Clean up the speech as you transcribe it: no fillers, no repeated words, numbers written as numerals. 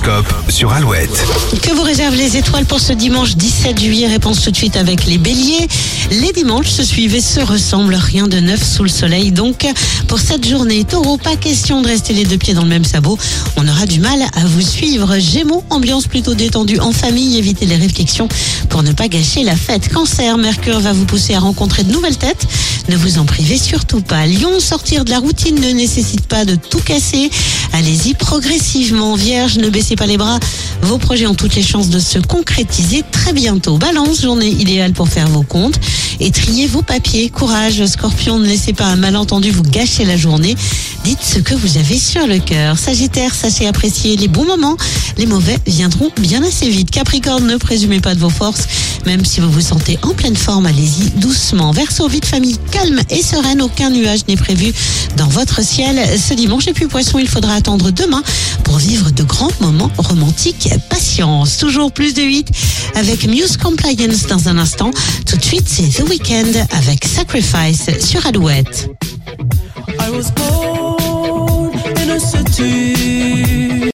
l'horoscope sur Alouette. Que vous réservent les étoiles pour ce dimanche 17 juillet? Réponse tout de suite avec les béliers. Les dimanches se suivent et se ressemblent, rien de neuf sous le soleil. Donc, pour cette journée, taureau, pas question de rester les deux pieds dans le même sabot. On aura du mal à vous suivre. Gémeaux, ambiance plutôt détendue en famille, évitez les réflexions pour ne pas gâcher la fête. Cancer, Mercure va vous pousser à rencontrer de nouvelles têtes. Ne vous en privez surtout pas. Lion, sortir de la routine ne nécessite pas de tout casser. Allez-y progressivement. Vierge, ne baissez pas les bras. Vos projets ont toutes les chances de se concrétiser très bientôt. Balance, journée idéale pour faire vos comptes et trier vos papiers. Courage, Scorpion, ne laissez pas un malentendu vous gâcher la journée. Dites ce que vous avez sur le cœur. Sagittaire, sachez apprécier les bons moments. Les mauvais viendront bien assez vite. Capricorne, ne présumez pas de vos forces. Même si vous vous sentez en pleine forme, allez-y doucement. Verseau, vie de famille calme et sereine. Aucun nuage n'est prévu dans votre ciel ce dimanche. Et puis Poisson, il faudra attendre demain pour vivre de grands moments romantiques. Patience. Toujours plus de 8 avec Muse Compliance dans un instant. Tout de suite, c'est The Weeknd avec Sacrifice sur Alouette. I was born in a city